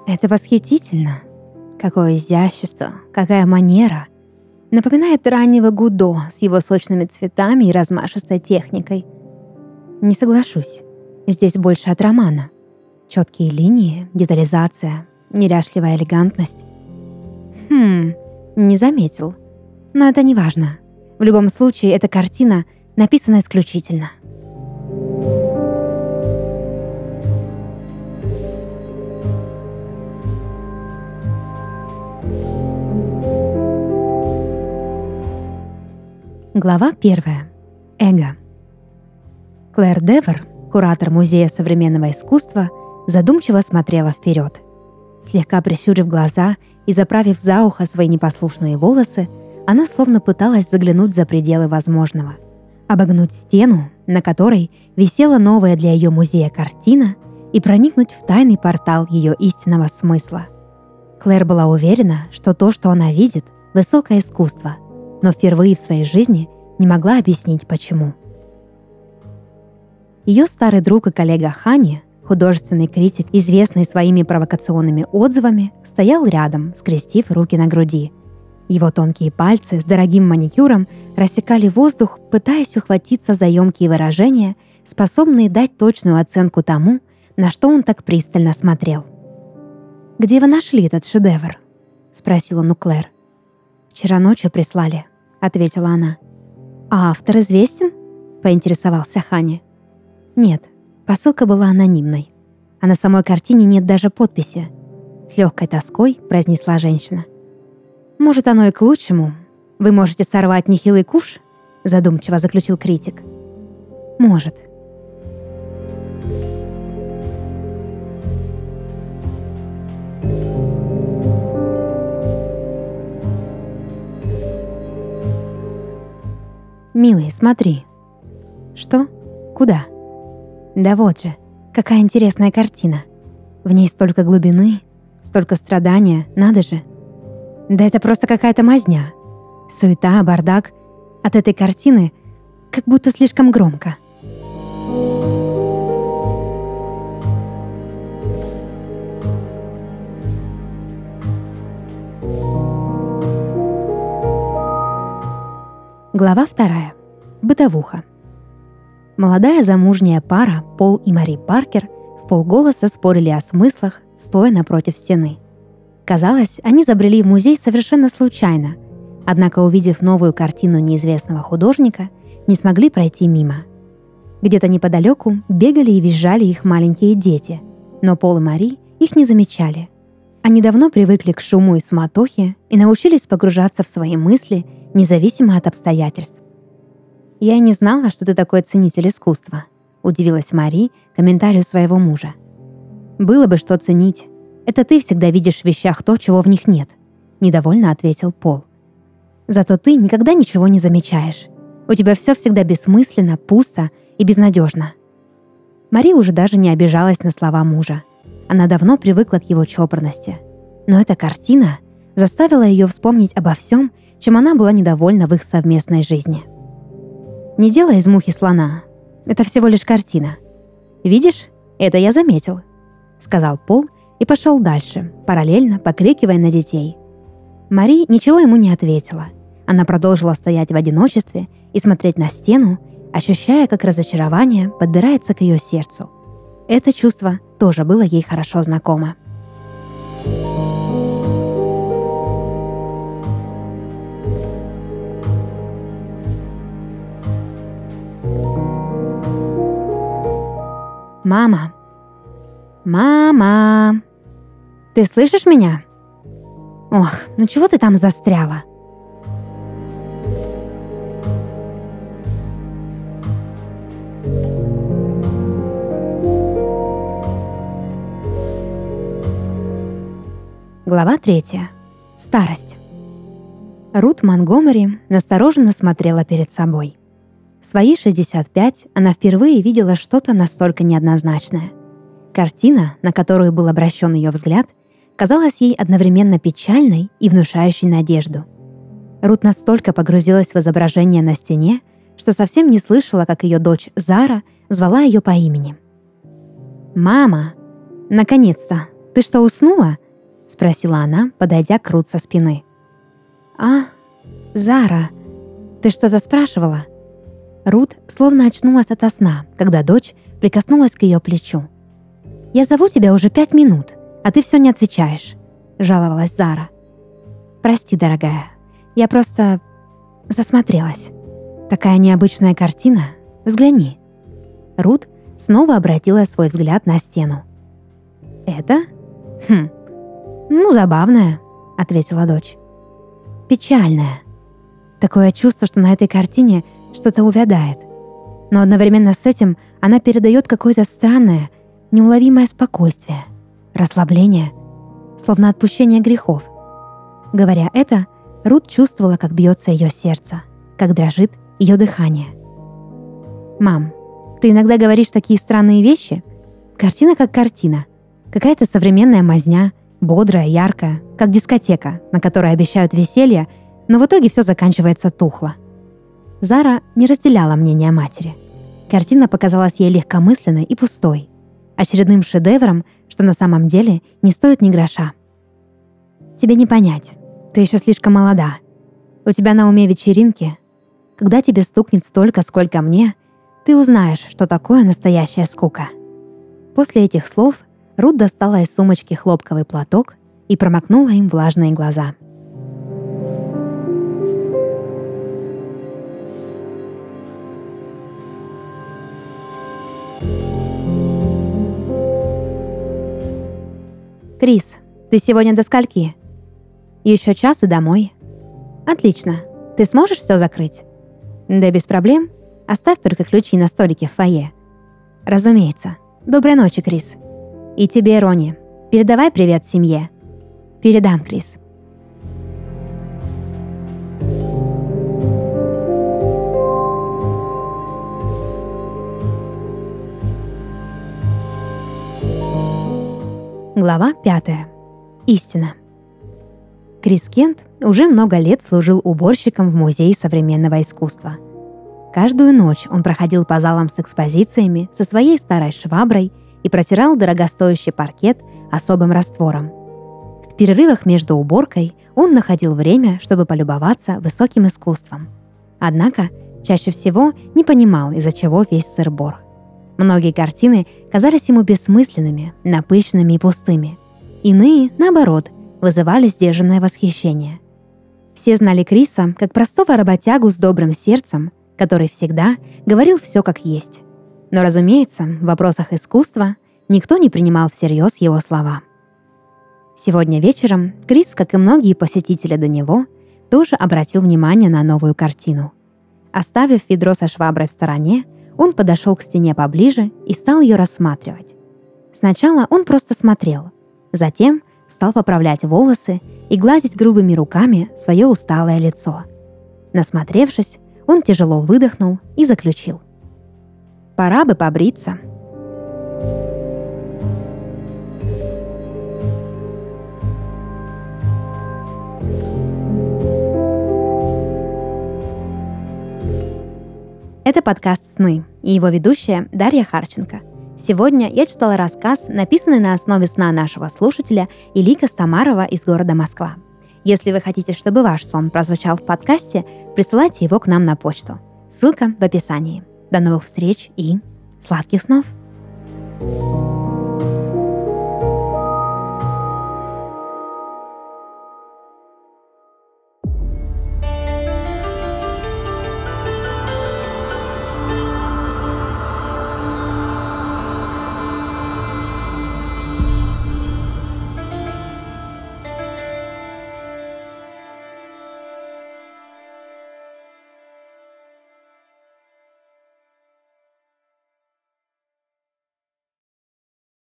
Это восхитительно. Какое изящество, какая манера. Напоминает раннего Гудо с его сочными цветами и размашистой техникой. Не соглашусь. Здесь больше от романа. Четкие линии, детализация, неряшливая элегантность. Не заметил. Но это не важно. В любом случае, эта картина написана исключительно. Глава 1. Эго. Клэр Девер, куратор Музея современного искусства, задумчиво смотрела вперед. Слегка прищурив глаза и заправив за ухо свои непослушные волосы, она словно пыталась заглянуть за пределы возможного, обогнуть стену, на которой висела новая для ее музея картина, и проникнуть в тайный портал ее истинного смысла. Клэр была уверена, что то, что она видит, — высокое искусство, но впервые в своей жизни не могла объяснить, почему. Ее старый друг и коллега Хани, художественный критик, известный своими провокационными отзывами, стоял рядом, скрестив руки на груди. Его тонкие пальцы с дорогим маникюром рассекали воздух, пытаясь ухватиться за емкие выражения, способные дать точную оценку тому, на что он так пристально смотрел. «Где вы нашли этот шедевр?» — спросил он у Клэр. «Вчера ночью прислали», — ответила она. «А автор известен?» — поинтересовался Хани. «Нет, посылка была анонимной. А на самой картине нет даже подписи», — с легкой тоской произнесла женщина. «Может, оно и к лучшему. Вы можете сорвать нехилый куш?» — задумчиво заключил критик. «Может». «Милый, смотри». «Что? Куда?» «Да вот же, какая интересная картина. В ней столько глубины, столько страдания, надо же. Да это просто какая-то мазня. Суета, бардак. От этой картины как будто слишком громко». Глава 2. Бытовуха. Молодая замужняя пара Пол и Мари Паркер вполголоса спорили о смыслах, стоя напротив стены. Казалось, они забрели в музей совершенно случайно, однако, увидев новую картину неизвестного художника, не смогли пройти мимо. Где-то неподалеку бегали и визжали их маленькие дети, но Пол и Мари их не замечали. Они давно привыкли к шуму и суматохе и научились погружаться в свои мысли, независимо от обстоятельств. «Я и не знала, что ты такой ценитель искусства», — удивилась Мари комментарию своего мужа. «Было бы что ценить. Это ты всегда видишь в вещах то, чего в них нет», — недовольно ответил Пол. «Зато ты никогда ничего не замечаешь. У тебя все всегда бессмысленно, пусто и безнадежно». Мари уже даже не обижалась на слова мужа. Она давно привыкла к его чопорности. Но эта картина заставила ее вспомнить обо всем, чем она была недовольна в их совместной жизни. «Не делай из мухи слона. Это всего лишь картина. Видишь, это я заметил», — сказал Пол и пошел дальше, параллельно покрикивая на детей. Мари ничего ему не ответила. Она продолжила стоять в одиночестве и смотреть на стену, ощущая, как разочарование подбирается к ее сердцу. Это чувство тоже было ей хорошо знакомо. «Мама! Мама! Ты слышишь меня? Ох, ну чего ты там застряла?» Глава 3. Старость. Рут Монгомери настороженно смотрела перед собой. В свои 65 она впервые видела что-то настолько неоднозначное. Картина, на которую был обращен ее взгляд, казалась ей одновременно печальной и внушающей надежду. Рут настолько погрузилась в изображение на стене, что совсем не слышала, как ее дочь Зара звала ее по имени. «Мама! Наконец-то! ты что, уснула?» — спросила она, подойдя к Рут со спины. «А, Зара, ты что-то спрашивала?» Рут словно очнулась ото сна, когда дочь прикоснулась к ее плечу. «Я зову тебя уже 5 минут, а ты все не отвечаешь», — жаловалась Зара. «Прости, дорогая, я просто засмотрелась. Такая необычная картина. Взгляни». Рут снова обратила свой взгляд на стену. «Это? Забавная», — ответила дочь. «Печальная. Такое чувство, что на этой картине что-то увядает. Но одновременно с этим она передает какое-то странное, неуловимое спокойствие, расслабление, словно отпущение грехов». Говоря это, Рут чувствовала, как бьется ее сердце, как дрожит ее дыхание. «Мам, ты иногда говоришь такие странные вещи? Картина как картина. Какая-то современная мазня, бодрая, яркая, как дискотека, на которой обещают веселье, но в итоге все заканчивается тухло». Зара не разделяла мнение матери. Картина показалась ей легкомысленной и пустой, очередным шедевром, что на самом деле не стоит ни гроша. «Тебе не понять. Ты еще слишком молода. У тебя на уме вечеринки. Когда тебе стукнет столько, сколько мне, ты узнаешь, что такое настоящая скука». После этих слов Рут достала из сумочки хлопковый платок и промокнула им влажные глаза. «Крис, ты сегодня до скольки?» «Еще час и домой». «Отлично. Ты сможешь все закрыть?» «Да без проблем. Оставь только ключи на столике в фойе». «Разумеется. Доброй ночи, Крис». «И тебе, Ронни. Передавай привет семье». «Передам, Крис». Глава 5. Истина. Крис Кент уже много лет служил уборщиком в Музее современного искусства. Каждую ночь он проходил по залам с экспозициями со своей старой шваброй и протирал дорогостоящий паркет особым раствором. В перерывах между уборкой он находил время, чтобы полюбоваться высоким искусством. Однако чаще всего не понимал, из-за чего весь сыр-бор. Многие картины казались ему бессмысленными, напыщенными и пустыми. Иные, наоборот, вызывали сдержанное восхищение. Все знали Криса как простого работягу с добрым сердцем, который всегда говорил все как есть. Но, разумеется, в вопросах искусства никто не принимал всерьез его слова. Сегодня вечером Крис, как и многие посетители до него, тоже обратил внимание на новую картину. Оставив ведро со шваброй в стороне, он подошел к стене поближе и стал ее рассматривать. Сначала он просто смотрел, затем стал поправлять волосы и гладить грубыми руками свое усталое лицо. Насмотревшись, он тяжело выдохнул и заключил: «Пора бы побриться». Это подкаст «Сны» и его ведущая Дарья Харченко. Сегодня я читала рассказ, написанный на основе сна нашего слушателя Ильи Костомарова из города Москва. Если вы хотите, чтобы ваш сон прозвучал в подкасте, присылайте его к нам на почту. Ссылка в описании. До новых встреч и сладких снов!